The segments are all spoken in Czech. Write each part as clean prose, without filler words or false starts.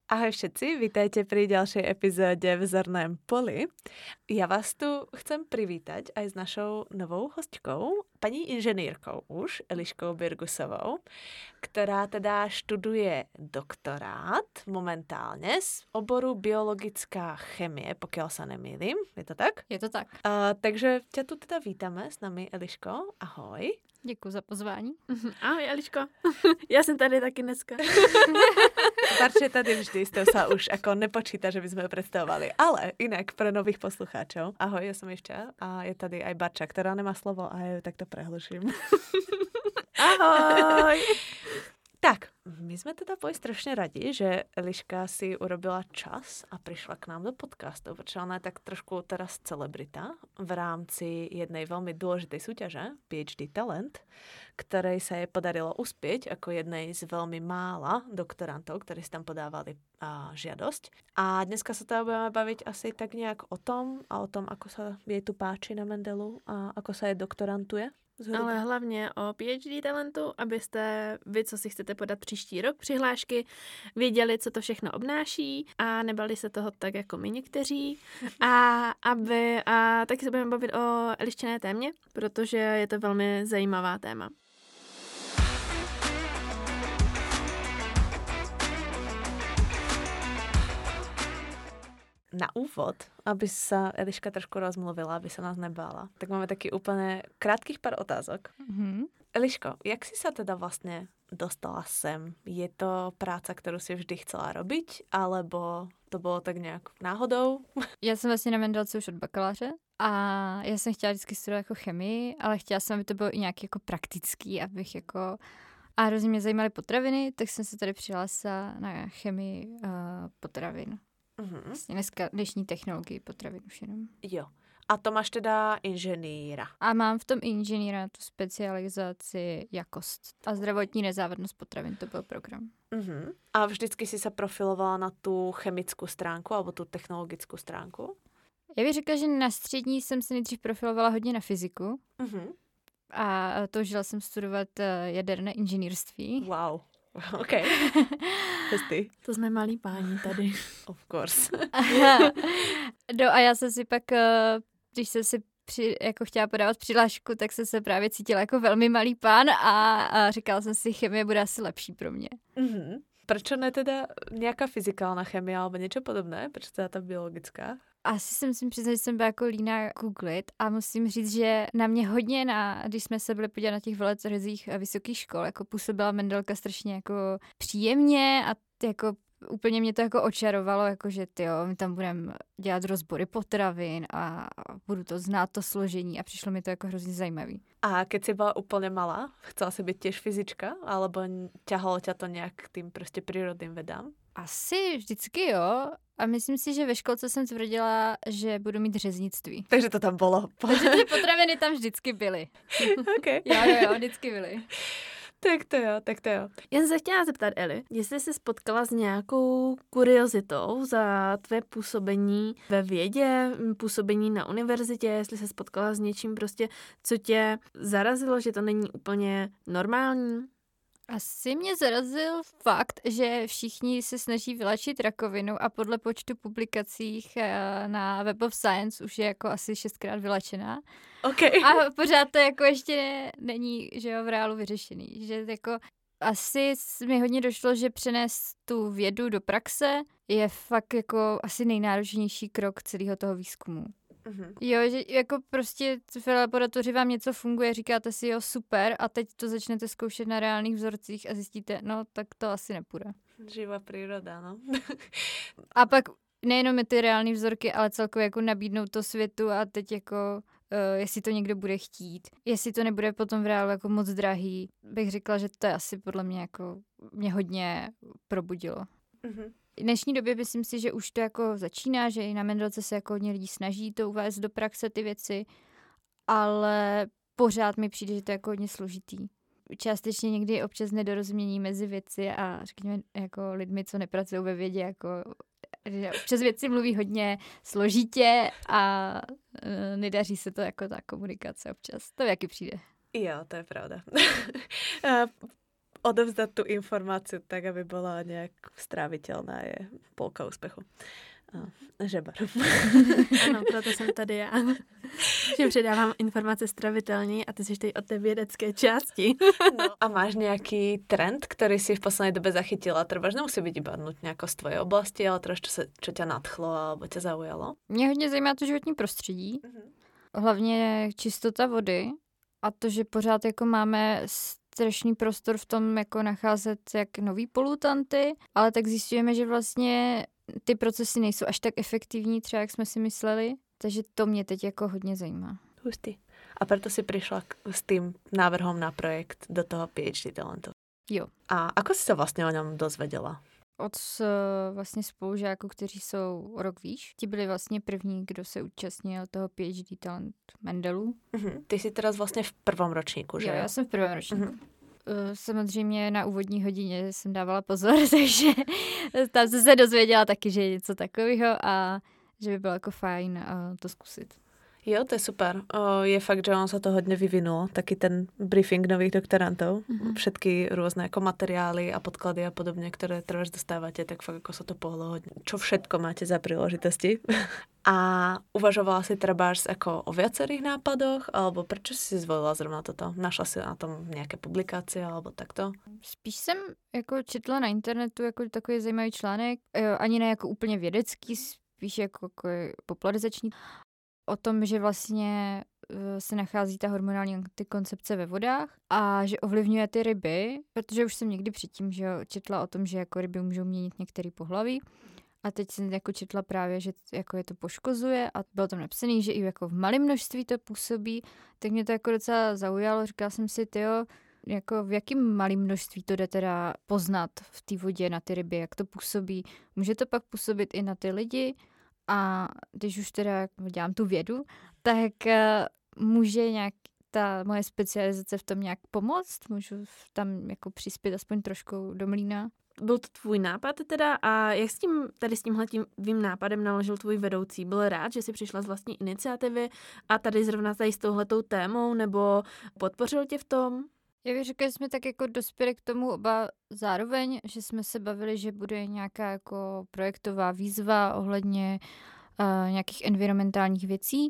Ahoj všetci, vítajte pri ďalšej epizóde v Zorném poli. Ja vás tu chcem privítať aj s našou novou hostkou, paní inženýrkou už, Eliškou Birgusovou, ktorá teda študuje doktorát momentálne z oboru biologická chemie, pokiaľ sa nemýlim. Je to tak? Je to tak. Takže ťa tu teda vítame s nami, Eliško. Ahoj. Děkuji za pozvání. Ahoj, Eliško. Já jsem tady taky dneska. Barča je tady vždy, s tou sa už ako nepočíta, že by sme ju predstavovali. Ale inak pre nových poslucháčov. Ahoj, ja som Ivča a je tady aj Barča, ktorá nemá slovo a ja ju takto prehluším. Ahoj. Tak, my sme teda boli strašne radi, že Eliška si urobila čas a prišla k nám do podcastu, pretože ona je tak trošku teraz celebrita v rámci jednej veľmi dôležitej súťaže, PhD Talent, ktorej sa jej podarilo uspieť ako jednej z veľmi mála doktorantov, ktorí si tam podávali žiadosť. A dneska sa teda budeme baviť asi tak nejak o tom, ako sa jej tu páči na Mendelu a ako sa jej doktorantuje. Zhruba. Ale hlavně o PhD talentu, abyste vy, co si chcete podat příští rok přihlášky, věděli, co to všechno obnáší a nebali se toho tak jako my někteří. A taky se budeme bavit o Eliščiné témě, protože je to velmi zajímavá téma. Na úvod, aby sa Eliška trošku rozmluvila, aby sa nás nebála, tak máme taký úplne krátkých pár otázok. Mm-hmm. Eliško, jak si sa teda vlastne dostala sem? Je to práca, ktorú si vždy chcela robiť, alebo to bylo tak nějak náhodou? Já jsem vlastně na Mendelce už od bakaláře a já jsem chtěla vždycky studovat jako chemii, ale chtěla jsem, aby to bylo i nějaký jako praktický, abych jako... A hrozně mě zajímaly potraviny, tak jsem se tady přihlásila na chemii potravin. Vlastně dnešní technologii potravin už jenom. Jo. A to máš teda inženýra. A mám v tom inženýra tu specializaci jakost a zdravotní nezávadnost potravin, to byl program. A vždycky si sa profilovala na tu chemickou stránku alebo tu technologickou stránku? Já bych řekla, že na střední jsem se nejdřív profilovala hodně na fyziku a toužila jsem studovat jaderné inženýrství. Wow. OK. Hezky. To jsme malí páni tady. Of course. No a já jsem si pak, když jsem si jako chtěla podávat přihlášku, tak jsem se právě cítila jako velmi malý pán a říkala jsem si, chemie bude asi lepší pro mě. Prečo ne teda nějaká fyzikálna chemie alebo niečo podobné? Proč teda ta biologická? Asi si musím přiznat, že jsem byla jako líná googlit a musím říct, že na mě hodně, když jsme se byli podívat na těch veletrzích vysokých škol, jako působila Mendelka strašně jako příjemně a jako úplně mě to jako očarovalo, jako že my tam budeme dělat rozbory potravin a budu to znát, to složení a přišlo mi to jako hrozně zajímavý. A keď si byla úplně malá, chcela si být těž fyzička, alebo ťahalo ťa to nějak k tým prostě prírodným vedám? Asi vždycky jo. A myslím si, že ve školce jsem tvrdila, že budu mít řeznictví. Takže to tam bylo. Takže ty potraviny tam vždycky byly. Okay. Jo, vždycky byly. Tak to jo. Já jsem se chtěla zeptat, Eli, jestli jsi spotkala s nějakou kuriozitou za tvé působení ve vědě, působení na univerzitě, jestli se spotkala s něčím prostě, co tě zarazilo, že to není úplně normální? Asi mě zarazil fakt, že všichni se snaží vylečit rakovinu a podle počtu publikacích na Web of Science už je jako asi 6krát vylečená. Okay. A pořád to jako ještě není, že jo, v reálu vyřešený. Že jako asi mi hodně došlo, že přenést tu vědu do praxe je fakt jako asi nejnáročnější krok celého toho výzkumu. Jo, že jako prostě v laboratoři vám něco funguje, říkáte si jo, super, a teď to začnete zkoušet na reálných vzorcích a zjistíte, no tak to asi nepůjde. Živá příroda, no. A pak nejenom ty reální vzorky, ale celkově jako nabídnout to světu a teď jako jestli to někdo bude chtít, jestli to nebude potom v reálu jako moc drahý, bych řekla, že to je asi podle mě jako mě hodně probudilo. V dnešní době myslím si, že už to jako začíná, že i na Mendelce se jako hodně lidí snaží to uvést do praxe ty věci, ale pořád mi přijde, že to je jako hodně složitý. Částečně někdy občas nedorozumění mezi věci a řekněme jako lidmi, co nepracují ve vědě, jako že občas věci mluví hodně složitě a nedaří se to jako ta komunikace občas. To jaký přijde. Jo, to je pravda. odovzdat tu informaci tak, aby byla nějak strávitelná, je polka úspěchu. Žebar. Ano, proto jsem tady já. Že předávám informace stravitelně a ty jsi teď od té vědecké části. No, a máš nějaký trend, který si v poslední době zachytila? Trváš, nemusí být iba nutně jako z tvojej oblasti, ale třeba čo tě nadchlo alebo tě zaujalo? Mě hodně zajímá to životní prostředí, hlavně čistota vody a to, že pořád jako máme strašný prostor v tom jako nacházet jak nový polutanty, ale tak zjistujeme, že vlastně ty procesy nejsou až tak efektivní, třeba jak jsme si mysleli, takže to mě teď jako hodně zajímá. Hustý. A proto si přišla s tím návrhom na projekt do toho PhD talentu. Jo. A ako si se vlastně o něm dozvěděla? Od vlastně spolužáků, kteří jsou o rok výš. Ti byli vlastně první, kdo se účastnil toho PhD talent Mendelu. Ty jsi teraz vlastně v prvom ročníku, že? Jo, já jsem v prvém ročníku. Samozřejmě na úvodní hodině jsem dávala pozor, takže tam jsem se dozvěděla taky, že je něco takového a že by bylo jako fajn to zkusit. Jo, to je super. Je fakt, že on sa to hodně vyvinulo, taky ten briefing nových doktorantov, všetky různé jako materiály a podklady a podobně, které trváš dostávate, tak fakt jako sa to pohlo hodně. Čo všetko máte za príležitosti? A uvažovala si trebárs jako o viacerých nápadoch, alebo prečo si zvolila zrovna toto? Našla si na tom nějaké publikace, alebo takto? Spíš jsem jako četla na internetu jako takový zajímavý článek, ani ne jako úplně vědecký, spíš jako popularizační, o tom, že vlastně se nachází ta hormonální antikoncepce ve vodách a že ovlivňuje ty ryby, protože už jsem někdy předtím že četla o tom, že jako ryby můžou měnit některé pohlaví a teď jsem jako četla právě, že jako je to poškozuje a bylo tam napsané, že i jako v malém množství to působí, tak mě to jako docela zaujalo, říkala jsem si, tyjo, jako v jakém malém množství to jde teda poznat v té vodě na ty ryby, jak to působí, může to pak působit i na ty lidi. A když už teda dělám tu vědu, tak může nějak ta moje specializace v tom nějak pomoct? Můžu tam jako přispět aspoň trošku do mlýna? Byl to tvůj nápad teda a jak s tímhletím nápadem naložil tvůj vedoucí? Byl rád, že jsi přišla z vlastní iniciativy a tady zrovna s touhletou témou, nebo podpořil tě v tom? Já bych řekla, že jsme tak jako dospěli k tomu oba zároveň, že jsme se bavili, že bude nějaká jako projektová výzva ohledně nějakých environmentálních věcí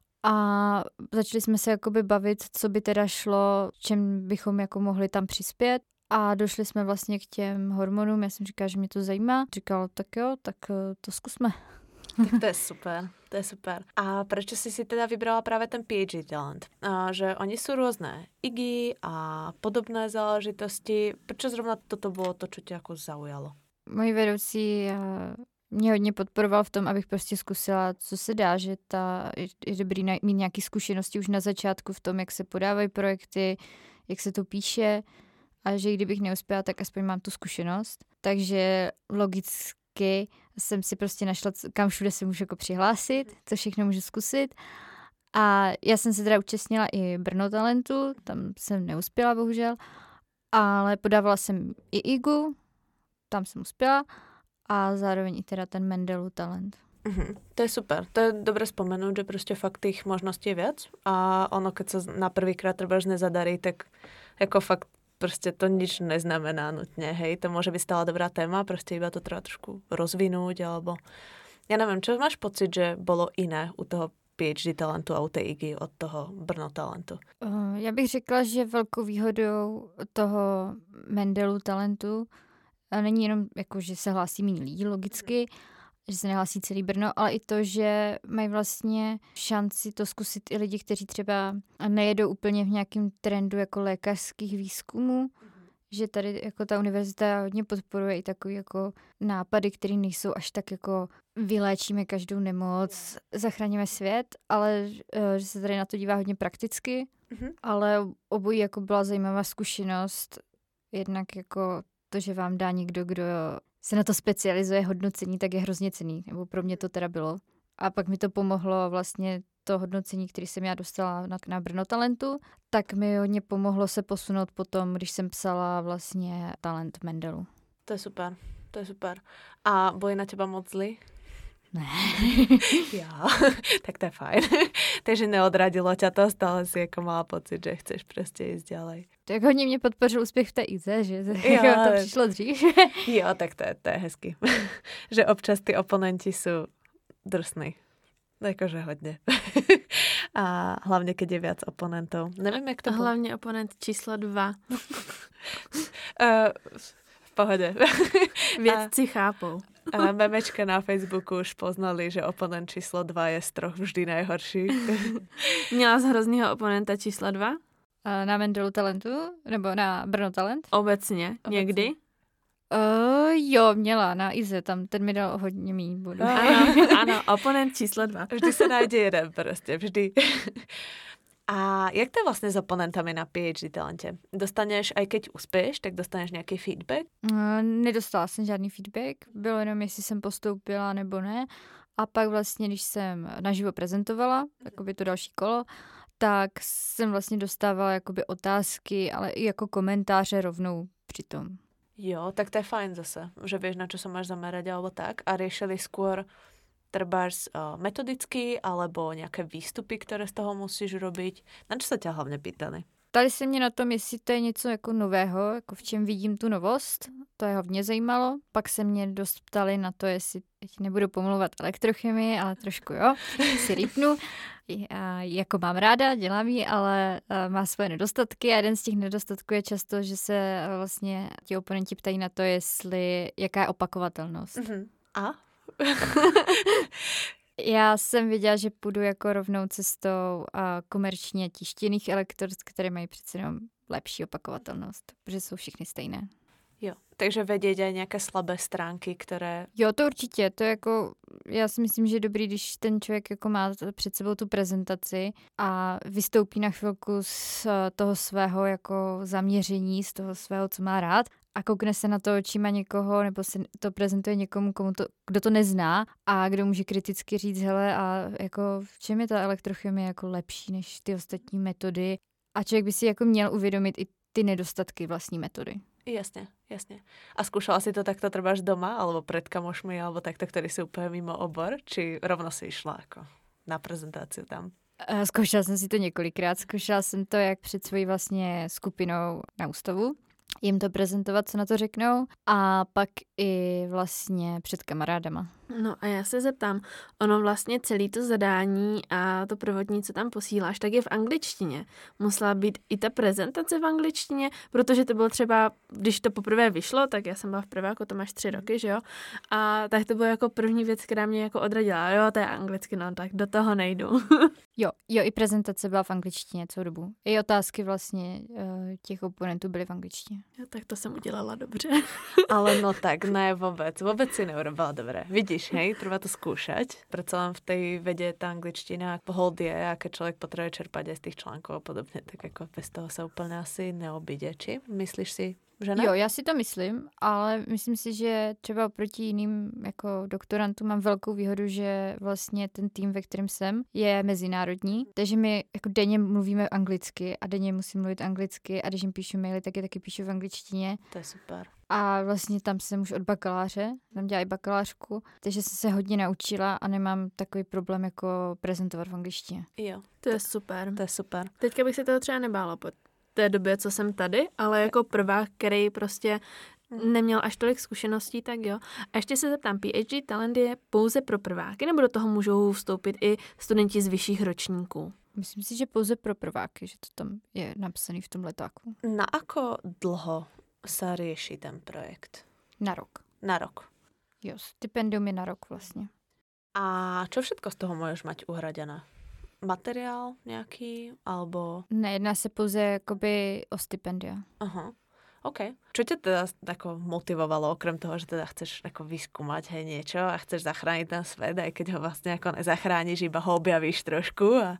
a začali jsme se jakoby bavit, co by teda šlo, čem bychom jako mohli tam přispět a došli jsme vlastně k těm hormonům, já jsem říkala, že mě to zajímá, říkala, tak jo, tak to zkusme. Tak to je super, to je super. A proč jsi si teda vybrala právě ten PhD talent? Že oni jsou různé IGI a podobné záležitosti. Proč zrovna toto bylo to, co tě jako zaujalo? Můj vedoucí mě hodně podporoval v tom, abych prostě zkusila, co se dá, že je dobrý mít nějaké zkušenosti už na začátku v tom, jak se podávají projekty, jak se to píše a že kdybych neuspěla, tak aspoň mám tu zkušenost. Takže logicky jsem si prostě našla, kam všude se můžu jako přihlásit, co všechno můžu zkusit. A já jsem se teda účastnila i Brno talentu, tam jsem neuspěla bohužel, ale podávala jsem i IGU, tam jsem uspěla a zároveň i teda ten Mendelu talent. To je super, to je dobré vzpomenout, že prostě fakt těch možností je viac a ono, keď sa na prvýkrát trebárs nezadarí, tak jako fakt prostě to nič neznamená nutně, hej, to může být stále dobrá téma, prostě iba to treba trošku rozvinout, alebo ja nevím, čo máš pocit, že bylo jiné u toho PhD talentu a u té IGI od toho Brno talentu? Já bych řekla, že velkou výhodou toho Mendelu talentu není jenom jako, že se hlásí méně lidí logicky, že se nehlásí celý Brno, ale i to, že mají vlastně šanci to zkusit i lidi, kteří třeba nejedou úplně v nějakém trendu jako lékařských výzkumů, že tady jako ta univerzita hodně podporuje i takový jako nápady, které nejsou až tak jako vyléčíme každou nemoc, zachráníme svět, ale že se tady na to dívá hodně prakticky, ale obojí jako byla zajímavá zkušenost, jednak jako to, že vám dá někdo, kdo se na to specializuje hodnocení, tak je hrozně cenný, nebo pro mě to teda bylo. A pak mi to pomohlo vlastně to hodnocení, které jsem já dostala na Brno talentu, tak mi hodně pomohlo se posunout potom, když jsem psala vlastně talent Mendelu. To je super, to je super. A bojí na těba moc zlý? Ne. Jo, tak to je fajn. Takže neodradilo ťa to, stále si jako mala pocit, že chceš prostě jít ďalej. Tak hodně mě podpořil úspěch v té IZE, že Jo, to přišlo dřív. Jo, tak to je hezky. Že občas ty oponenti sú drsní. Jakože hodně. A hlavně, keď je viac oponentov. Nevím, jak to bylo. Hlavně oponent číslo 2. V pohodě. Vědci chápou. A memečka na Facebooku už poznali, že oponent číslo 2 je z troch vždy nejhorší. Měla z hroznýho oponenta číslo 2? Na Mendelu talentu? Nebo na Brno talent? Obecně. Někdy? Jo, měla na IZE, tam ten mi dal hodně míň bodů. Ano, oponent číslo 2. Vždy se najde jeden prostě, vždy. A jak to je vlastně s oponentami na PhD talentě? Dostaneš, aj keď uspěješ, tak dostaneš nějaký feedback? Nedostala jsem žádný feedback, bylo jenom, jestli jsem postoupila nebo ne. A pak vlastně, když jsem naživo prezentovala, jakoby to další kolo, tak jsem vlastně dostávala jakoby otázky, ale i jako komentáře rovnou přitom. Jo, tak to je fajn zase, že vieš, na čo sa máš zamerať alebo tak. A riešili skôr trebárs metodicky alebo nejaké výstupy, ktoré z toho musíš robiť. Na čo sa ťa hlavne pýtali? Ptali se mě na tom, jestli to je něco jako nového, jako v čem vidím tu novost. To je hodně zajímalo. Pak se mě dost ptali na to, jestli, teď nebudu pomlouvat elektrochemii, ale trošku jo, si rýpnu. Jako mám ráda, dělám ji, ale má svoje nedostatky a jeden z těch nedostatků je často, že se vlastně ti oponenti ptají na to, jaká je opakovatelnost. Mm-hmm. A? Já jsem věděla, že půjdu jako rovnou cestou komerčně tištěných elektrod, které mají přece jenom lepší opakovatelnost, protože jsou všechny stejné. Jo, takže vědět aj nějaké slabé stránky, které... Jo, to určitě, to jako, já si myslím, že je dobrý, když ten člověk jako má před sebou tu prezentaci a vystoupí na chvilku z toho svého jako zaměření, z toho svého, co má rád a koukne se na to očima někoho, nebo se to prezentuje někomu, kdo to nezná a kdo může kriticky říct, hele, a jako v čem je ta elektrochemie jako lepší než ty ostatní metody a člověk by si jako měl uvědomit i ty nedostatky vlastní metody. Jasne. A skúšala si to takto trebáš doma, alebo pred kamošmi, alebo takto, ktorí sú úplne mimo obor? Či rovno si išla ako na prezentáciu tam? Zkoušela jsem si to několikrát. Zkoušela jsem to jak před svojí vlastně skupinou na ústavu, jim to prezentovat, co na to řeknou, a pak i vlastně před kamarádama. No a já se zeptám, ono vlastně celé to zadání a to prvotní, co tam posíláš, tak je v angličtině. Musela být i ta prezentace v angličtině, protože to bylo třeba, když to poprvé vyšlo, tak já jsem byla v prváku, to máš 3 roky, že jo? A tak to bylo jako první věc, která mě jako odradila. Jo, to je anglicky, no tak do toho nejdu. Jo, i prezentace byla v angličtině celou dobu. I otázky vlastně těch oponentů byly v angličtině. Jo, tak to jsem udělala dobře. Ale no tak, ne, vôbec si neurobila dobre. Vidíš, hej, treba to skúšať. Predsa len v tej vede tá angličtina hold je, a keď človek potrebuje čerpať aj z tých článkov a podobne, tak ako bez toho sa úplne asi neobíde. Či? Myslíš si, že ne? Jo, já si to myslím, ale myslím si, že třeba oproti jiným jako doktorantům mám velkou výhodu, že vlastně ten tým, ve kterém jsem, je mezinárodní, takže my jako denně mluvíme anglicky a denně musím mluvit anglicky a když jim píšu maily, tak je taky píšu v angličtině. To je super. A vlastně tam jsem už od bakaláře, tam dělá i bakalářku, takže jsem se hodně naučila a nemám takový problém jako prezentovat v angličtině. Jo. To je super. To je super. Teďka bych se toho třeba nebála po té době, co jsem tady, ale jako prvák, který prostě neměl až tolik zkušeností, tak jo. A ještě se zeptám, PhD talent je pouze pro prváky, nebo do toho můžou vstoupit i studenti z vyšších ročníků? Myslím si, že pouze pro prváky, že to tam je napsaný v tom letáku. Na ako dlho sa rieši ten projekt? Na rok. Na rok. Jo, stipendium je na rok vlastně. A čo všetko z toho môžeš mať uhradené? Materiál nějaký, alebo... Nejedná se pouze jakoby o stipendia. Aha, OK. Čo ťa teda tako motivovalo, okrem toho, že teda chceš ako vyskúmať hej niečo a chceš zachrániť ten svet, aj keď ho vlastne ako nezachrániš, iba ho objavíš trošku. A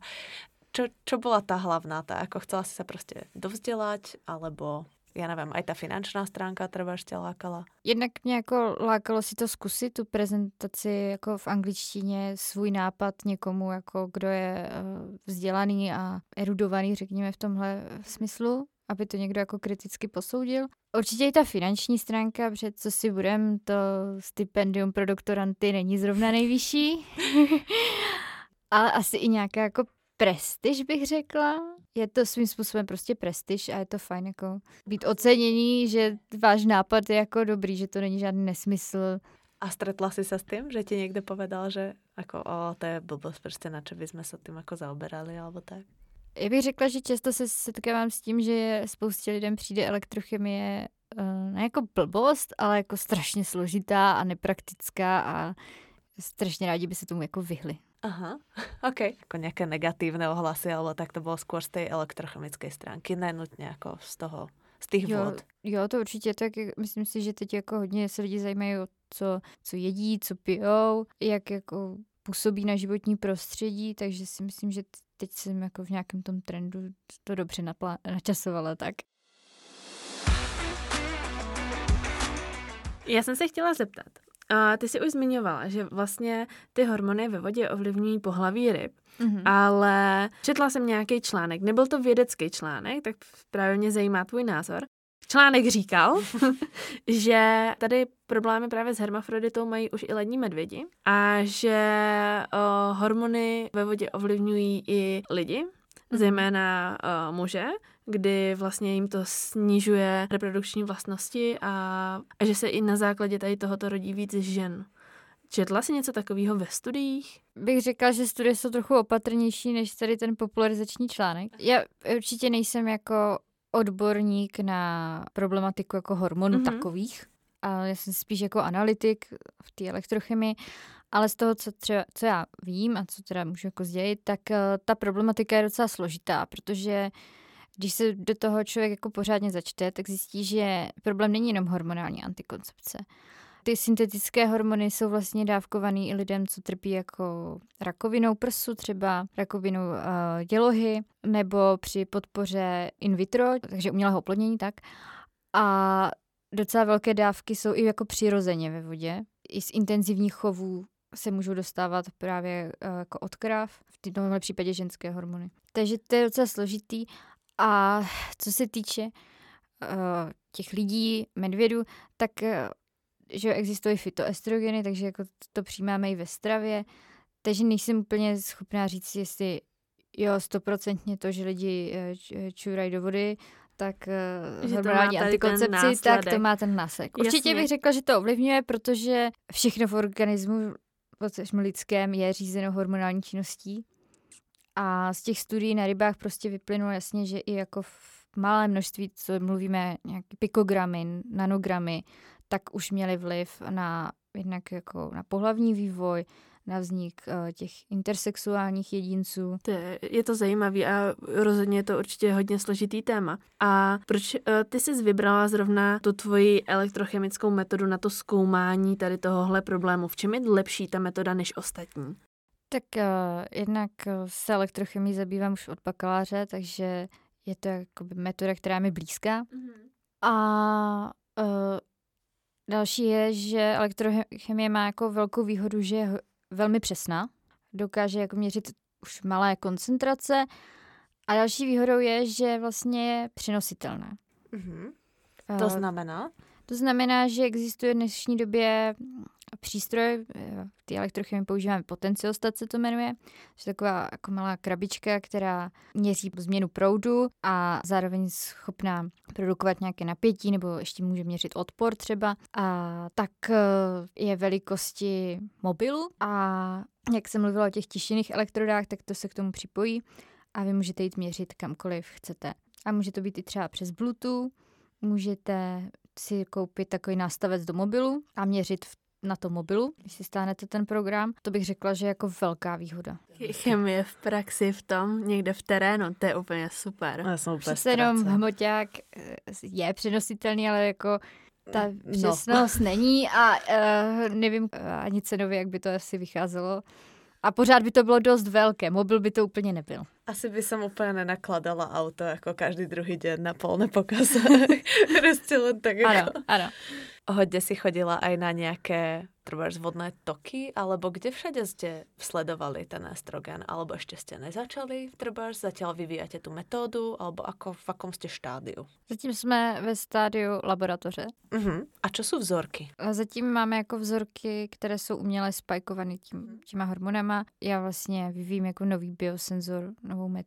čo bola tá hlavná? Ako chcela si sa proste dovzdelať, alebo... Já nevím, aj ta finančná stránka třeba ještě lákala. Jednak mě jako lákalo si to zkusit, tu prezentaci jako v angličtině, svůj nápad někomu, jako kdo je vzdělaný a erudovaný, řekněme v tomhle smyslu, aby to někdo jako kriticky posoudil. Určitě i ta finanční stránka, protože co si budem, to stipendium pro doktoranty není zrovna nejvyšší, ale asi i nějaká jako prestiž bych řekla. Je to svým způsobem prostě prestiž a je to fajn jako být ocenění, že váš nápad je jako dobrý, že to není žádný nesmysl. A stretla si sa s tým, že ti niekto povedal, že ako, to je blbosť, proste na čo by sme sa tým ako zaoberali, alebo tak? Já bych řekla, že často se setkávám s tím, že spoustě lidem přijde elektrochemie ne jako blbost, ale jako strašně složitá a nepraktická a strašně rádi by se tomu jako vyhli. Aha, OK. Ako nejaké negatívne ohlasy, alebo tak to bolo skôr z tej elektrochemickej stránky, nenutne ako z tých vod. Jo, to určitě tak. Myslím si, že teď jako hodně se lidi zajímají o co jedí, co pijou, jak jako působí na životní prostředí, takže si myslím, že teď jsem jako v nějakém tom trendu to dobře načasovala tak. Já jsem se chtěla zeptat. Ty jsi už zmiňovala, že vlastně ty hormony ve vodě ovlivňují pohlaví ryb, ale četla jsem nějaký článek, nebyl to vědecký článek, tak právě mě zajímá tvůj názor. Článek říkal, že tady problémy právě s hermafroditou mají už i lední medvědi a že hormony ve vodě ovlivňují i lidi, zejména muže, kdy vlastně jim to snižuje reprodukční vlastnosti a že se i na základě tady tohoto rodí víc žen. Četla jsi něco takového ve studiích? Bych řekla, že studie jsou trochu opatrnější než tady ten popularizační článek. Já určitě nejsem jako odborník na problematiku jako hormonů takových, ale já jsem spíš jako analytik v té elektrochemii, ale z toho, co já vím a co teda můžu jako sdělit, tak ta problematika je docela složitá, protože když se do toho člověk jako pořádně začte, tak zjistí, že problém není jenom hormonální antikoncepce. Ty syntetické hormony jsou vlastně dávkované i lidem, co trpí jako rakovinou prsu, třeba rakovinou dělohy, nebo při podpoře in vitro, takže umělého oplodnění, tak. A docela velké dávky jsou i jako přirozeně ve vodě. I z intenzivních chovů se můžou dostávat právě jako od krav, v tomhle případě ženské hormony. Takže to je docela složitý. A co se týče těch lidí, medvědů, tak že existují fytoestrogeny, takže jako to přijímáme i ve stravě. Takže nejsem úplně schopná říct, jestli 100% to, že lidi čurají do vody, tak hormonální antikoncepci, tak to má ten následek. Určitě bych řekla, že to ovlivňuje, protože všechno v organismu lidském je řízeno hormonální činností. A z těch studií na rybách prostě vyplynulo jasně, že i jako v malém množství, co mluvíme, nějaké pikogramy, nanogramy, tak už měly vliv na jednak jako na pohlavní vývoj, na vznik těch intersexuálních jedinců. Je to zajímavý a rozhodně je to určitě hodně složitý téma. A proč ty jsi vybrala zrovna tu tvoji elektrochemickou metodu na to zkoumání tady tohohle problému? V čem je lepší ta metoda než ostatní? Tak jednak se elektrochemií zabývám už od bakaláře, takže je to jakoby metoda, která je mi blízká. A další je, že elektrochemie má jako velkou výhodu, že je velmi přesná. Dokáže jako měřit už malé koncentrace. A další výhodou je, že vlastně je přenositelná. To znamená? To znamená, že existuje v dnešní době přístroj, v té elektrochemii používáme potenciostat, se to jmenuje, že je taková jako malá krabička, která měří změnu proudu a zároveň schopná produkovat nějaké napětí nebo ještě může měřit odpor třeba. A tak je velikosti mobilu a jak jsem mluvila o těch tištěných elektrodách, tak to se k tomu připojí a vy můžete jít měřit kamkoliv chcete. A může to být i třeba přes Bluetooth, můžete si koupit takový nástavec do mobilu a měřit na tom mobilu, když si stáhnete ten program. To bych řekla, že je jako velká výhoda. Chemie v praxi v tom, někde v terénu, to je úplně super. Přece jenom hmoťák je přenositelný, ale jako ta přesnost není a nevím ani cenově, jak by to asi vycházelo. A pořád by to bylo dost velké, mobil by to úplně nebyl. Asi by som úplne nenakladala auto ako každý druhý deň na polné pokaze. Proste len tak ako... Áno. Hodne si chodila aj na nejaké vodné toky, alebo kde všade ste sledovali ten estrogen, alebo ešte ste nezačali zatiaľ vyvíjate tú metódu, alebo ako v akom ste štádiu? Zatím jsme ve stádiu laboratoře. A čo sú vzorky? Zatím máme jako vzorky, které jsou uměle spajkované těma hormonama. Já vlastně vyvíjím jako nový biosenzor, novou metodu.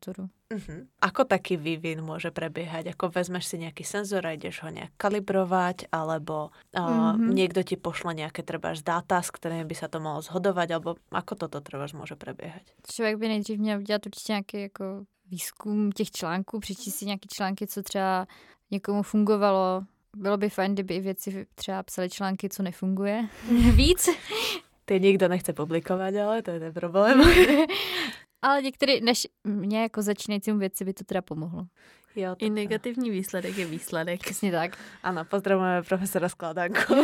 Ako taký vývin môže prebiehať? Ako vezmeš si nejaký senzor a ideš ho nejak kalibrovať, alebo niekto ti pošle nejaké trebárs dáta, s ktorými by sa to mohlo zhodovať, alebo ako toto trebárs môže prebiehať? Člověk by nejdřív měl udělat určitě nějaký jako výzkum těch článků, přečíst si nějaký články, co třeba někomu fungovalo. Bylo by fajn, kdyby i věci třeba psali články, co nefunguje. Víc. Ty nikdo nechce publikovat, ale to je ten problém. Ale některý, než mě jako začínajícímu věci by to teda pomohlo. Jo, I negativní výsledek je výsledek. Přesně tak. Ano, pozdravujeme profesora Skladanku,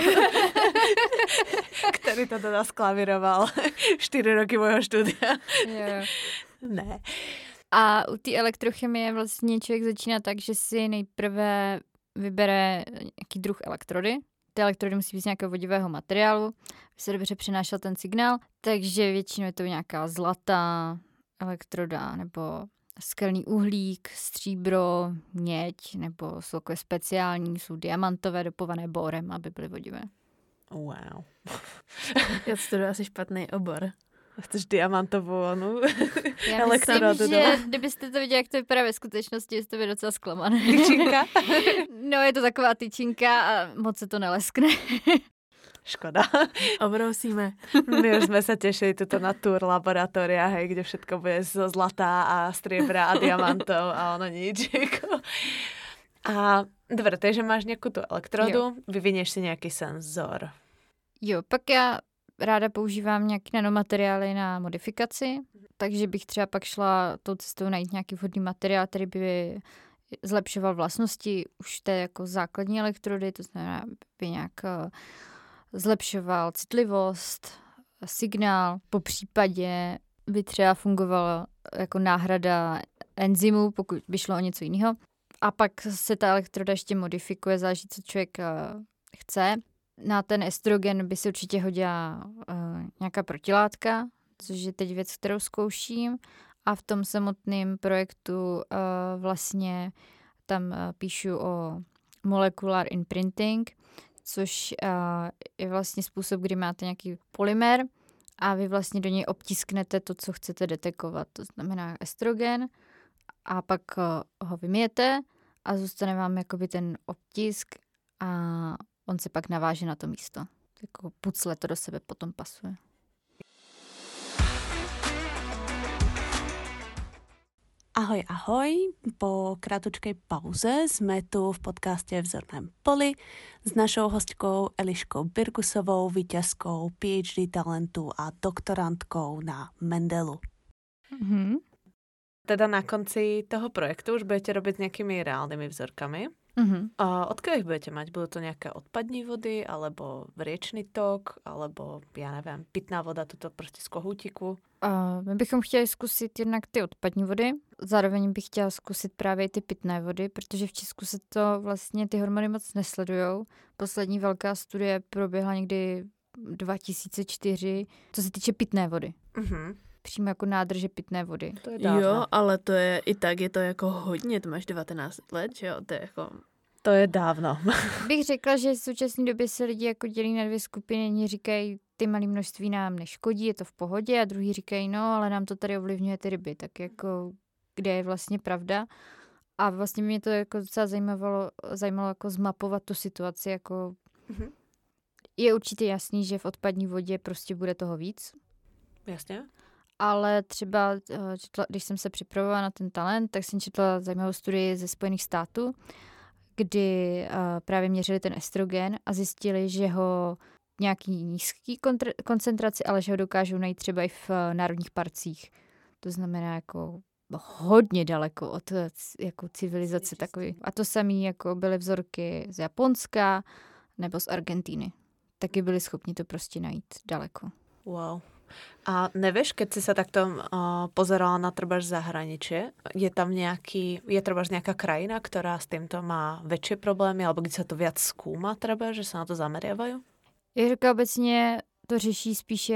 který to teda sklavíroval 4 roky mojho studia. Jo. Ne. A u té elektrochemie vlastně člověk začíná tak, že si nejprve vybere nějaký druh elektrody. Ty elektrody musí být z nějakého vodivého materiálu, aby se dobře přenášel ten signál, takže většinou je to nějaká zlatá elektroda nebo skelný uhlík, stříbro, měď, nebo jsou takové speciální, jsou diamantové dopované borem, aby byly vodivé. Wow. Já studuji asi špatný obor. Chceš diamantovou onu Já myslím, že kdybyste to viděli, jak to vypadá ve skutečnosti, jste by docela zklamaný. Tyčinka? No, je to taková tyčinka a moc se to neleskne. Škoda. Obrousíme. My už jsme se těšili tuto na tour laboratória, hej, kde všetko bude zo zlatá a striebra a diamantov a ono nič. A dobre, takže máš nějakou tu elektrodu, vyvinieš si nějaký senzor. Jo, pak já ráda používám nějaké nanomateriály na modifikaci, takže bych třeba pak šla tou cestou najít nějaký vhodný materiál, který by zlepšoval vlastnosti už té jako základní elektrody, to znamená, by nějak zlepšoval citlivost, signál, po případě by třeba fungovala jako náhrada enzymů, pokud by šlo o něco jiného. A pak se ta elektroda ještě modifikuje, záleží, co člověk chce. Na ten estrogen by se určitě hodila nějaká protilátka, což je teď věc, kterou zkouším. A v tom samotném projektu vlastně tam píšu o molecular imprinting, což je vlastně způsob, kdy máte nějaký polymer a vy vlastně do něj obtisknete to, co chcete detekovat. To znamená estrogen a pak ho vymijete a zůstane vám jakoby ten obtisk a on se pak naváže na to místo. Jako pucle to do sebe potom pasuje. Ahoj, ahoj. Po kratučkej pauze sme tu v podcaste Vzorném poli s našou hostkou Eliškou Birgusovou, víťazkou PhD talentu a doktorantkou na Mendelu. Mhm. Teda na konci toho projektu už budete robiť s nejakými reálnymi vzorkami. Mhm. A odkiaľ ich budete mať? Budú to nejaké odpadní vody, alebo riečný tok, alebo, ja neviem, pitná voda, toto prostě z kohútiku? My bychom chtěli zkusit jednak ty odpadní vody, zároveň bych chtěla zkusit právě ty pitné vody, protože v Česku se to vlastně ty hormony moc nesledujou. Poslední velká studie proběhla někdy 2004, co se týče pitné vody. Mhm. Přímo jako nádrže pitné vody. To je dávno. Jo, ale to je i tak, je to jako hodně, to máš 19 let, že jo, to je jako... To je dávno. Bych řekla, že v současné době se lidi jako dělí na dvě skupiny. Jedni říkají, ty malé množství nám neškodí, je to v pohodě, a druhý říkají, no, ale nám to tady ovlivňuje ty ryby, tak jako kde je vlastně pravda. A vlastně mě to jako docela zajímalo jako zmapovat tu situaci, jako je určitě jasný, že v odpadní vodě prostě bude toho víc. Jasně. Ale třeba, když jsem se připravovala na ten talent, tak jsem četla zajímavou studii ze Spojených států, kdy právě měřili ten estrogen a zjistili, že ho nějaký nízký koncentraci, ale že ho dokážou najít třeba i v národních parcích. To znamená jako hodně daleko od jako civilizace takový. A to samé jako byly vzorky z Japonska nebo z Argentíny. Taky byli schopni to prostě najít daleko. Wow. A nevieš, keď si sa takto pozerala na trebárs zahraničie, je tam je trebárs nejaká krajina, ktorá s týmto má väčšie problémy, alebo kde sa to viac skúma trebárs, že sa na to zameriavajú? Jirka obecně to řeší spíše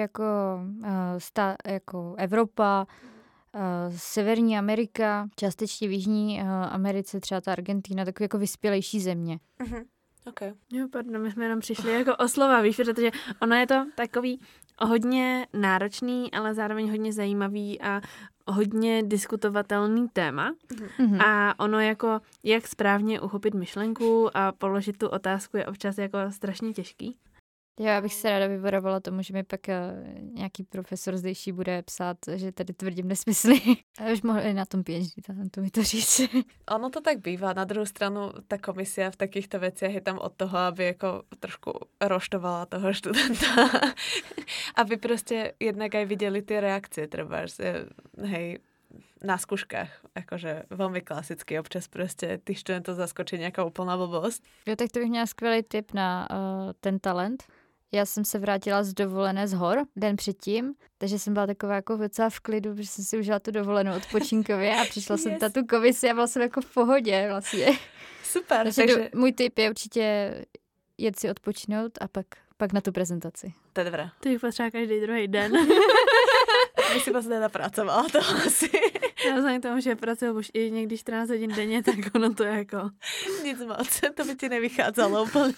jako Evropa, Severní Amerika, částečně v Jižní Americe, třeba ta Argentína, takové jako vyspělejší země. Okay. Jo, pardon, my jsme jenom přišli jako o slova, víš, protože ono je to takový hodně náročný, ale zároveň hodně zajímavý a hodně diskutovatelný téma. Mhm. A ono jako, jak správně uchopit myšlenku a položit tu otázku je občas jako strašně těžký. Já bych se ráda vyvarovala tomu, že mi pak nějaký profesor zdejší bude psát, že tady tvrdím nesmysly. A už mohli na tom PhD to mi to říct. Ono to tak bývá. Na druhou stranu ta komisia v takýchto veciach je tam od toho, aby jako trošku roštovala toho študenta. Aby prostě jednak aj videli tie reakcie, trebárs. Hej, na skúškach, akože veľmi klasicky, občas prostě tých študentov zaskočí nějaká úplná blbosť. Jo, tak to bych měla skvělý tip na ten talent. Já jsem se vrátila z dovolené z hor den předtím, takže jsem byla taková jako docela v klidu, protože jsem si užila tu dovolenou odpočinkově a přišla jsem na tu komisi a byla jsem jako v pohodě vlastně. Super. Takže můj tip je určitě jet si odpočinout a pak na tu prezentaci. To je dobré. To bych potřeba každý druhý den. My si vlastně napracovala to asi. Já vzhledem k tomu, že pracuji už i někdy 14 hodin denně, tak ono to jako... Nic moc, to by ti nevychádzalo úplně.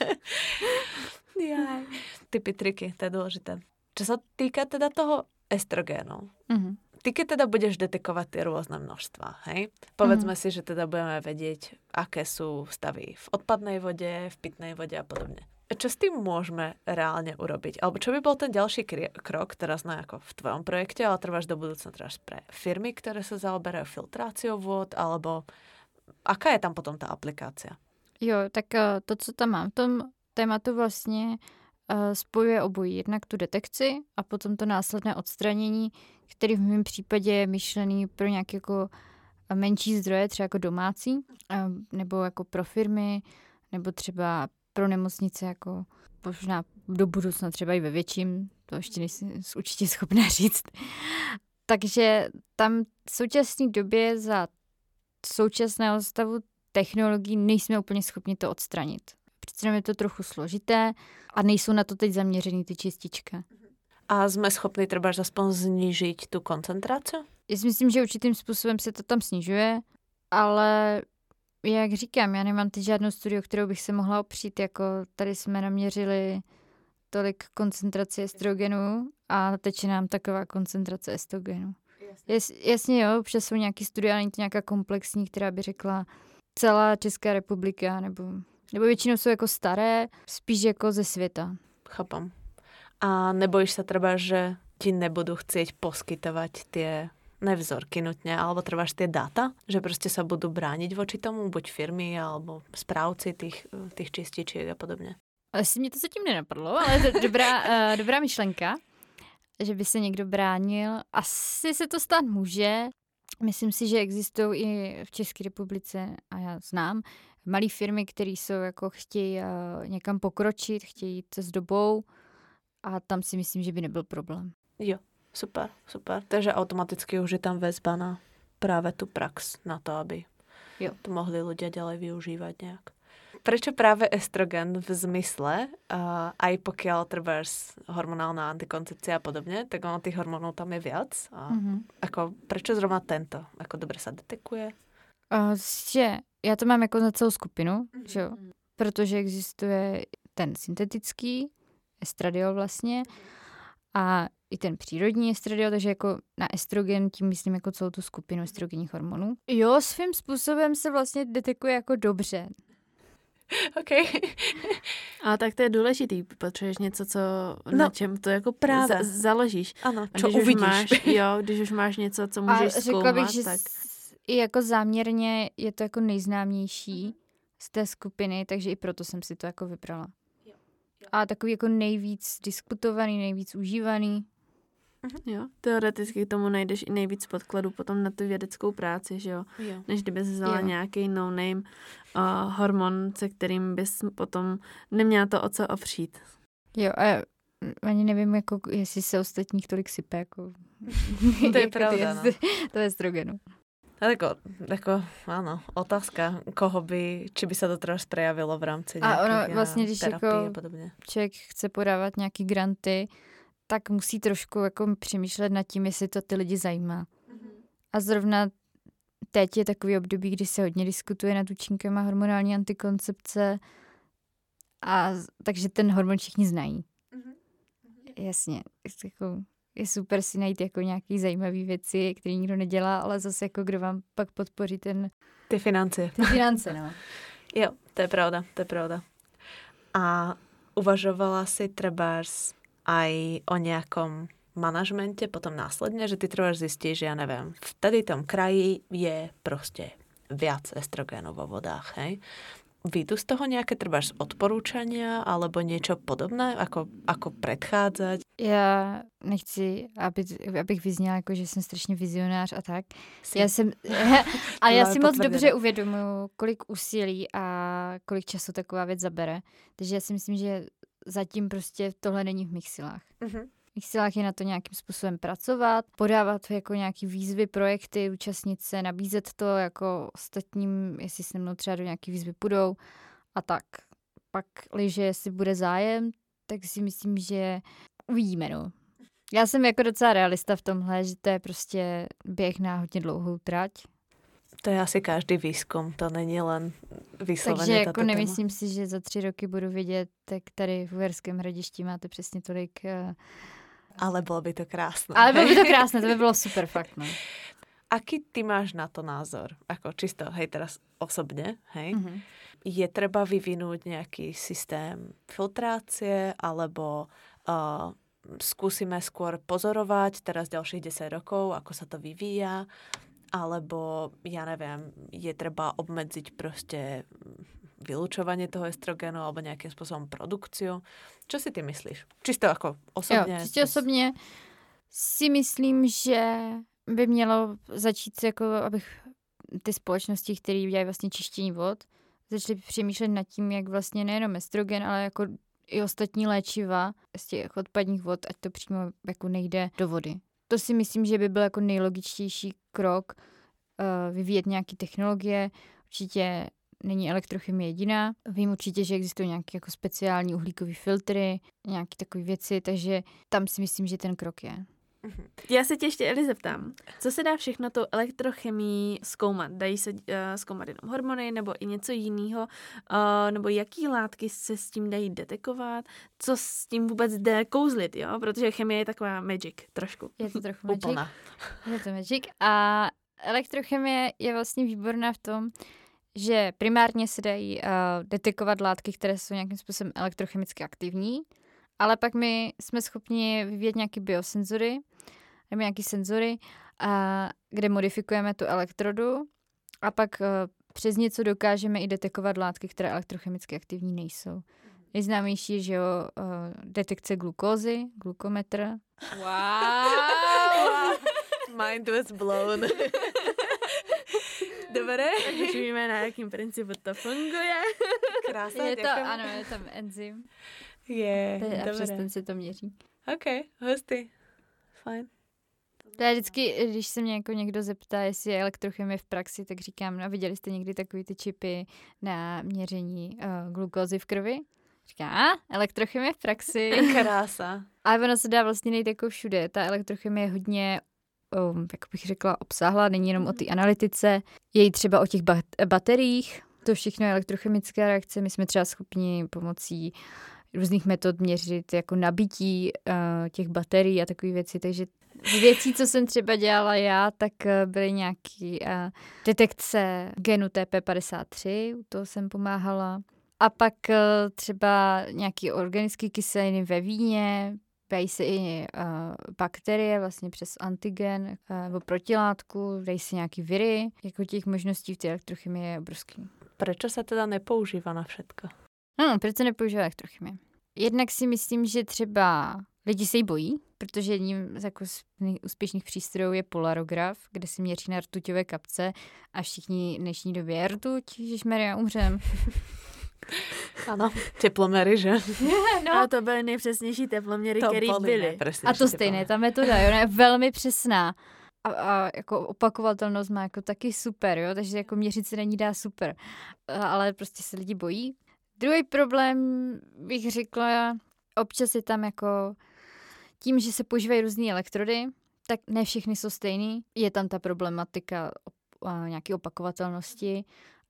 Jaj. Typy, triky, to je dôležité. Čo sa týka teda toho estrogénu, ty keď teda budeš detekovať tie rôzne množstva, hej? Povedzme si, že teda budeme vedieť, aké sú stavy v odpadnej vode, v pitnej vode a podobne. Čo s tým môžeme reálne urobiť? Alebo čo by bol ten ďalší krok, teraz ne ako v tvojom projekte, ale trváš do budúcna teraz pre firmy, ktoré sa zaoberajú filtráciou vôd, alebo aká je tam potom tá aplikácia? Jo, tak to, co tam mám v tom tématu vlastně spojuje obojí. Jednak tu detekci a potom to následné odstranění, který v mém případě je myšlený pro nějaké jako menší zdroje, třeba jako domácí, nebo jako pro firmy, nebo třeba pro nemocnice, jako možná do budoucna třeba i ve větším, to ještě nejsem určitě schopná říct. Takže tam v současné době za současného stavu technologií nejsme úplně schopni to odstranit. Přece je to trochu složité a nejsou na to teď zaměřený ty čistička. A jsme schopni třeba aspoň znížit tu koncentraci? Já si myslím, že určitým způsobem se to tam snižuje, ale jak říkám, já nemám teď žádnou studii, kterou bych se mohla opřít, jako tady jsme naměřili tolik koncentrace estrogenu a teď je nám taková koncentrace estrogenu. Jasně jo, občas jsou nějaký studie, ale není to nějaká komplexní, která by řekla celá Česká republika, nebo většinou jsou jako staré, spíš jako ze světa. Chápam. A nebojíš sa třeba, že ti nebudú chcieť poskytovať tie nevzorky nutne, alebo trváš tie dáta, že prostě sa budú brániť voči tomu, buď firmy, alebo správci tých čističiek a podobne. Asi mě to zatím nenapadlo, ale to je dobrá myšlenka, že by se někdo bránil. Asi se to stát může. Myslím si, že existují i v České republice, a já znám, malé firmy, které jsou jako chtějí někam pokročit, chtějí jít s dobou a tam si myslím, že by nebyl problém. Jo, super. Takže automaticky už je tam väzba na práve tú prax na to, aby to mohli ľudia ďalej využívať nejak. Prečo práve estrogen v zmysle, aj pokiaľ trváš hormonálna antikoncepcia a podobne, tak ono tých hormónov tam je viac. Ako, prečo zrovna tento? Ako dobre sa detekuje? Že já to mám jako za celou skupinu, že jo? Protože existuje ten syntetický estradiol vlastně a i ten přírodní estradiol, takže jako na estrogen tím myslím jako celou tu skupinu estrogenních hormonů. Jo, svým způsobem se vlastně detekuje jako dobře. OK. Ale tak to je důležitý, potřebuješ něco, na čem to jako právě založíš. Ano, čo uvidíš. Když už máš něco, co můžeš zkoumat, řekla bych, že tak... i jako záměrně je to jako nejznámější z té skupiny, takže i proto jsem si to jako vybrala. A takový jako nejvíc diskutovaný, nejvíc užívaný. Jo, teoreticky k tomu najdeš i nejvíc podkladů potom na tu vědeckou práci, že jo? Než kdyby vzala nějaký no-name hormon, se kterým bys potom neměla to o co opřít. Jo, a ani nevím, jako, jestli se ostatních tolik sype, jako... To je pravda, no. To je estrogenu. Tako, áno, otázka, či by sa to teraz prejavilo v rámci nejakých vlastně, když terapii jako a podobně. Člověk chce podávat nějaký granty, tak musí trošku jako přemýšlet nad tím, jestli to ty lidi zajímá. A zrovna teď je takový období, kdy se hodně diskutuje nad účinkama hormonální antikoncepce, takže ten hormon všichni znají. Jasně, jako je super si najít jako nějaký zajímavý věci, které nikdo nedělá, ale zase jako kdo vám pak podpoří Ty finance, no. Jo, to je pravda. A uvažovala si trebárs aj o nejakom manažmente potom následne, že ty trebárs zistíš, že ja neviem, v tady tom kraji je proste viac estrogénu vo vodách, hej? Výjdu z toho nejaké trebárs odporúčania alebo niečo podobné, ako predchádzať? Já nechci, abych vyzněla jako, že jsem strašně vizionář a tak. Ale já si moc dobře uvědomuji, kolik úsilí a kolik času taková věc zabere. Takže já si myslím, že zatím prostě tohle není v mých silách. V mých silách je na to nějakým způsobem pracovat, podávat jako nějaký výzvy, projekty, účastnit se, nabízet to jako ostatním, jestli se mnou třeba do nějaký výzvy půjdou a tak. Pak, jestli bude zájem, tak si myslím, že uvidíme, no. Já jsem jako docela realista v tomhle, že to je prostě běh na hodně dlouhou trať. To je asi každý výzkum, to není len vysloveně Takže jako tato nemyslím si, že za 3 roky budu vidět, tak tady v Uherském Hradišti máte přesně tolik. Ale bylo by to krásné. Ale bylo by to krásné, to by bylo super fakt, no. Aký ty máš na to názor? Ako čisto, hej, teraz osobne, hej? Je treba vyvinúť nejaký systém filtrácie, alebo skúsime skôr pozorovať teraz ďalších 10 rokov, ako sa to vyvíja, alebo, ja neviem, je treba obmedziť proste vylučovanie toho estrogenu alebo nejakým spôsobom produkciu. Čo si ty myslíš? Čisto ako osobně? Jo, čistě osobně si myslím, že by mělo začít jako, abych ty společnosti, které dělají vlastně čištění vod, začaly přemýšlet nad tím, jak vlastně nejenom estrogen, ale jako i ostatní léčiva z těch odpadních vod, ať to přímo jako nejde do vody. To si myslím, že by byl jako nejlogičtější krok vyvíjet nějaké technologie. Určitě není elektrochemie jediná. Vím určitě, že existují nějaké jako speciální uhlíkové filtry, nějaké takové věci, takže tam si myslím, že ten krok je. Já se tě ještě, Eli, zeptám, co se dá všechno tou elektrochemií zkoumat? Dají se zkoumat jenom hormony nebo i něco jiného? Nebo jaký látky se s tím dají detekovat? Co s tím vůbec jde kouzlit, jo? Protože chemie je taková magic trošku. Je to trochu magic. Je to magic. A elektrochemie je vlastně výborná v tom, že primárně se dají detekovat látky, které jsou nějakým způsobem elektrochemicky aktivní, ale pak my jsme schopni vyvíjet nějaké biosenzory nebo nějaké senzory, kde modifikujeme tu elektrodu a pak přes něco dokážeme i detekovat látky, které elektrochemicky aktivní nejsou. Nejznámější je, že jo, detekce glukózy, glukometr. Wow! Mind was blown. Dobré. Tak už víme, na jakým principu to funguje. Krásně, je to, ano, je tam enzym. Dobré. A přes ten se to měří. OK, hustý. Fajn. To je vždycky, když se mě jako někdo zeptá, jestli je elektrochemie v praxi, tak říkám, no viděli jste někdy takový ty čipy na měření glukózy v krvi? Říká, elektrochemie v praxi. Krása. A ono se dá vlastně nejít jako všude. Ta elektrochemie je hodně, jak bych řekla, obsáhlá, není jenom o té analytice, je i třeba o těch bateriích. To všechno je elektrochemická reakce. My jsme třeba schopni pomocí různých metod měřit jako nabití těch baterií a takové věci. Takže z věcí, co jsem třeba dělala já, tak byly nějaké detekce genu TP53, u toho jsem pomáhala. A pak třeba nějaké organické kyseliny ve víně, dají se i bakterie vlastně přes antigen nebo protilátku, dají se nějaký viry. Jako těch možností v té elektrochemii je obrovský. Prečo sa teda nepoužíva na všetko? No, proč se nepoužívá elektrochemie? Jednak si myslím, že třeba lidi se jí bojí, protože jedním z jako úspěšných přístrojů je polarograf, kde se měří na rtuťové kapce a všichni v dnešní době rtuť, ježišmarja, umřem. Ano, teplomery, že? No. A to byly nejpřesnější teploměry, které byly. A to stejné, ta metoda, jo, je velmi přesná. A jako opakovatelnost má jako taky super, jo, takže jako měřit se na ní dá super. Ale prostě se lidi bojí. Druhý problém, bych řekla, občas je tam jako tím, že se používají různé elektrody, tak ne všechny jsou stejný. Je tam ta problematika nějaké opakovatelnosti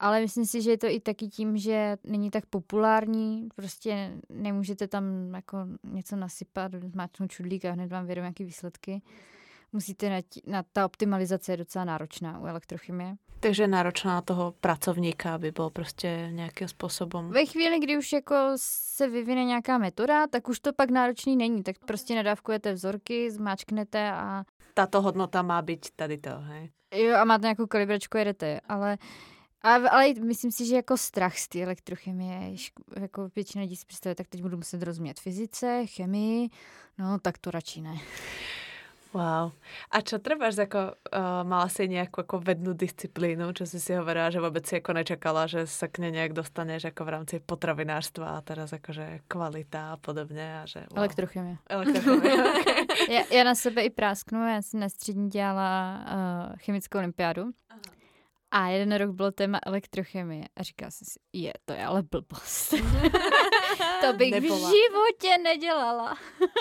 Ale myslím si, že je to i taky tím, že není tak populární, prostě nemůžete tam jako něco nasypat, zmáčknout čudlík a hned vám vyjdou nějaké výsledky. Musíte ta optimalizace je docela náročná u elektrochemie. Takže náročná na toho pracovníka, aby byl prostě nějakým způsobem. Ve chvíli, kdy už jako se vyvine nějaká metoda, tak už to pak náročný není. Tak prostě nadávkujete vzorky, zmáčknete a... Tato hodnota má být tady to, hej? Jo, a máte nějakou kalibračku, jedete. Ale myslím si, že jako strach z té elektrochemie, jako většina lidí si představuje, tak teď budu muset rozumět fyzice, chemii, no tak to radši ne. Wow. A čo trebáš, ako mala si nejakú ako vednú disciplínu, čo si hovorila, že vôbec si ako nečakala, že sa k nej nejak dostaneš ako v rámci potravinárstva a teraz akože kvalita a podobne. A že, wow. Elektrochemie. Okay. Já na sebe i prásknu, já jsem na střední dělala chemickou olympiádu. A jeden rok bylo téma elektrochemie a říkala jsem si, to je ale blbost. To bych v životě nedělala.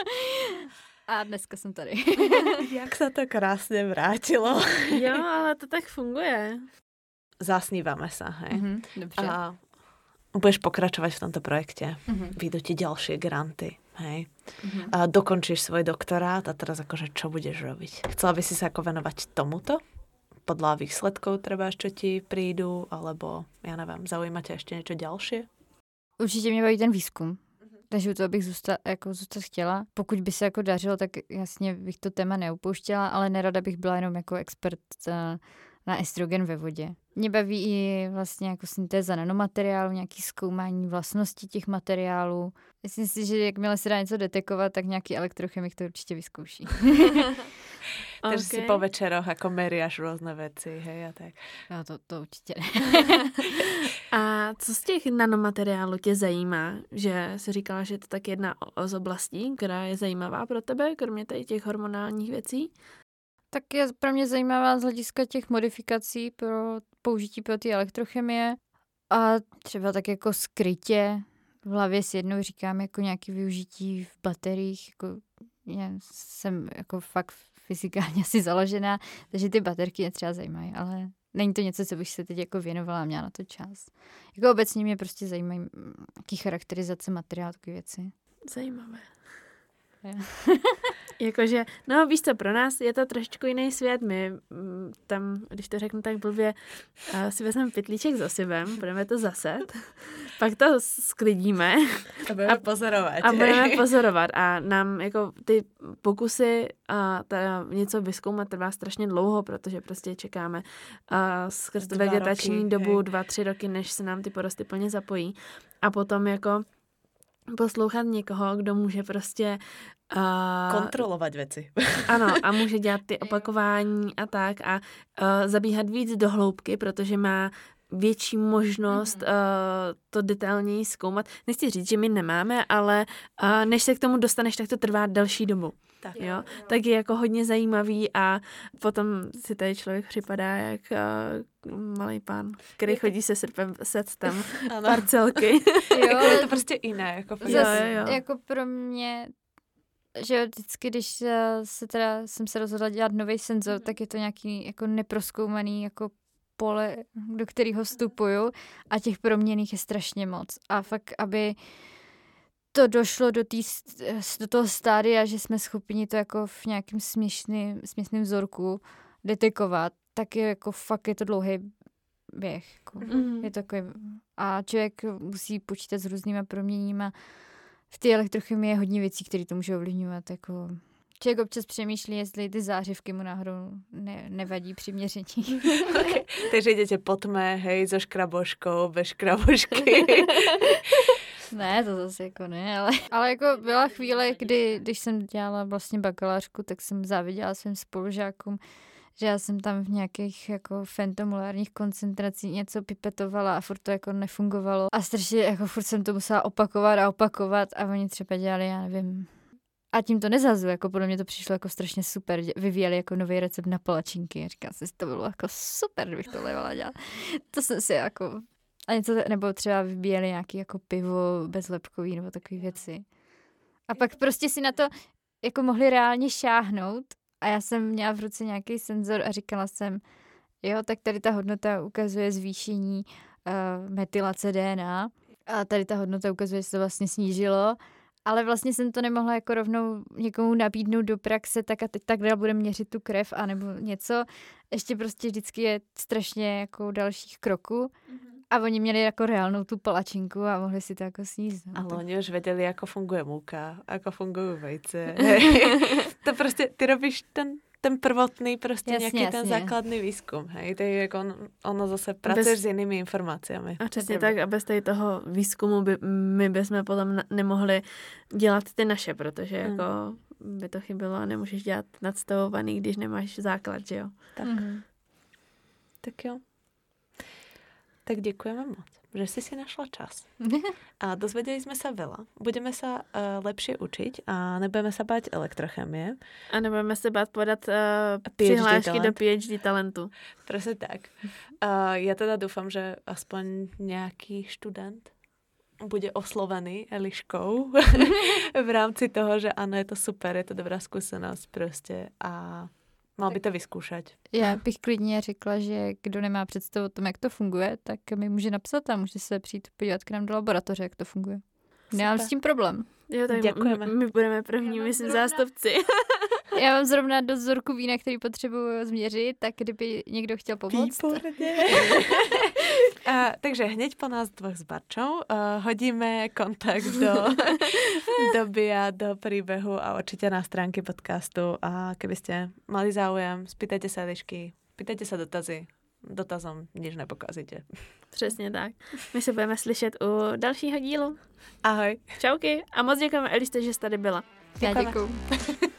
A dneska jsem tady. Jak se to krásně vrátilo. Jo, ale to tak funguje. Zasníváme se, hej? Dobře. A budeš pokračovat v tomto projekte. Vyjdú ti ďalšie granty, hej? A dokončíš svoj doktorát a teraz akože čo budeš robiť? Chcela by si sa ako venovať tomuto? Podľa výsledkov trebáš, čo ti prídu, alebo, ja nevím, zaujíma tě ještě něco ďalšie? Určitě mě baví ten výzkum. Takže u toho bych zůstat chtěla. Pokud by se jako dařilo, tak jasně bych to téma neupouštěla, ale nerada bych byla jenom jako expert na estrogen ve vodě. Mě baví i vlastně jako syntéza nanomateriálu, nějaký zkoumání vlastností těch materiálů. Myslím si, že jakmile se dá něco detekovat, tak nějaký elektrochemik to určitě vyzkouší. Takže si po večeroch jako meriaš různé věci, hej, a tak. No to určitě ne. A co z těch nanomateriálů tě zajímá? Že jsi říkala, že je to tak jedna z oblastí, která je zajímavá pro tebe, kromě těch hormonálních věcí? Tak je pro mě zajímavá z hlediska těch modifikací pro použití pro ty elektrochemie a třeba tak jako skrytě v hlavě si jednou říkám jako nějaké využití v bateriích, jako já jsem jako fakt fyzikálně asi založená, takže ty baterky mě třeba zajímají, ale není to něco, co bych se teď jako věnovala a měla na to čas. Jako obecně mě prostě zajímají jaký charakterizace materiálu, takové věci. Zajímavé. Jakože, no víš co, pro nás je to trošičku jiný svět. My tam, když to řeknu tak blbě, si vezmeme pytlíček za osivem, budeme to zaset, pak to sklidíme a budeme pozorovat. A budeme pozorovat. A nám jako ty pokusy a něco vyzkoumat trvá strašně dlouho, protože prostě čekáme skrz tu vegetační dobu 2-3 roky, než se nám ty porosty plně zapojí. A potom jako poslouchat někoho, kdo může prostě kontrolovat věci. Ano, a může dělat ty opakování a tak a zabíhat víc do hloubky, protože má větší možnost to detailněji zkoumat. Nechci říct, že my nemáme, ale než se k tomu dostaneš, tak to trvá delší dobu. Tak, jo? Tak je jako hodně zajímavý a potom si tady člověk připadá jak malý pán, který chodí se srpem tam parcelky. Jo, je to prostě jiné. Jako, jako pro mě, že vždycky, když jsem se rozhodla dělat nový senzor, tak je to nějaký jako neprozkoumaný jako pole, do kterého vstupuju a těch proměnných je strašně moc. A fakt, aby to došlo do toho stádia, že jsme schopni to jako v nějakém směšném vzorku detekovat, tak je jako fakt je to dlouhý běh. Jako. Je to takový, a člověk musí počítat s různýma proměníma. V té elektrochemii je hodně věcí, které to může ovlivňovat. Jako. Člověk občas přemýšlí, jestli ty zářivky mu náhodou nevadí při měření. Okay. Takže jdete po tme, hej, so škraboškou, bez škrabošky. Ne, to zase jako ne, ale jako byla chvíle, když jsem dělala vlastně bakalářku, tak jsem záviděla svým spolužákům, že já jsem tam v nějakých jako fentomolárních koncentracích něco pipetovala a furt to jako nefungovalo. A strašně jako furt jsem to musela opakovat a oni třeba dělali, já nevím. A tím to nezhazuji, jako podle mě to přišlo jako strašně super. Vyvíjeli jako nový recept na palačinky. Říkám si, to bylo jako super, kdybych to levala dělat. To jsem si jako... A něco, nebo třeba vybíjeli nějaký jako pivo bezlepkový nebo takové věci. A pak prostě si na to jako mohli reálně šáhnout a já jsem měla v ruce nějaký senzor a říkala jsem, jo, tak tady ta hodnota ukazuje zvýšení metylace DNA. A tady ta hodnota ukazuje, že se to vlastně snížilo. Ale vlastně jsem to nemohla jako rovnou někomu nabídnout do praxe, tak a teď takhle budeme měřit tu krev anebo něco. Ještě prostě vždycky je strašně jako dalších kroků. A oni měli jako reálnou tu palačinku a mohli si to jako sníst. Ale oni už věděli, jako funguje múka, jako fungují vejce. To prostě, ty robíš ten prvotný, prostě nějaký ten základný výzkum. Hej? To je jako ono zase pracuješ s jinými informacemi. A přesně tak, a bez toho výzkumu my bychom potom nemohli dělat ty naše, protože jako by to chybělo a nemůžeš dělat nadstavovaný, když nemáš základ, že jo? Tak. Tak jo. Tak děkujeme moc, že si našla čas. A dozvedeli sme sa veľa. Budeme sa lepšie učiť a nebudeme sa báť elektrochemie. A nebudeme se bát podat přihlášky do PhD talentu. Presne tak. Ja teda dúfam, že aspoň nejaký študent bude oslovený Eliškou v rámci toho, že ano, je to super, je to dobrá skúsenosť proste a mal by to vyskúšať. Já bych klidně řekla, že kdo nemá představu o tom, jak to funguje, tak mi může napsat a může se přijít podívat k nám do laboratoře, jak to funguje. Nemám s tím problém. Jo, tak děkujeme. My budeme první, myslím, zástupci. Já mám zrovna dost vzorku vína, který potřebuji změřit, tak kdyby někdo chtěl pomoct. Výborně. Takže hneď po nás dvoch s Barčou hodíme kontakt do BIA, do príbehu a určite na stránky podcastu. A keby ste mali záujem, spýtajte sa Elišky, pýtajte sa dotazy. Dotazom nič nepokazíte. Přesně tak. My se budeme slyšet u dalšího dílu. Ahoj. Čauky a moc děkujeme, Elište, že jsi tady byla. Já děkuju.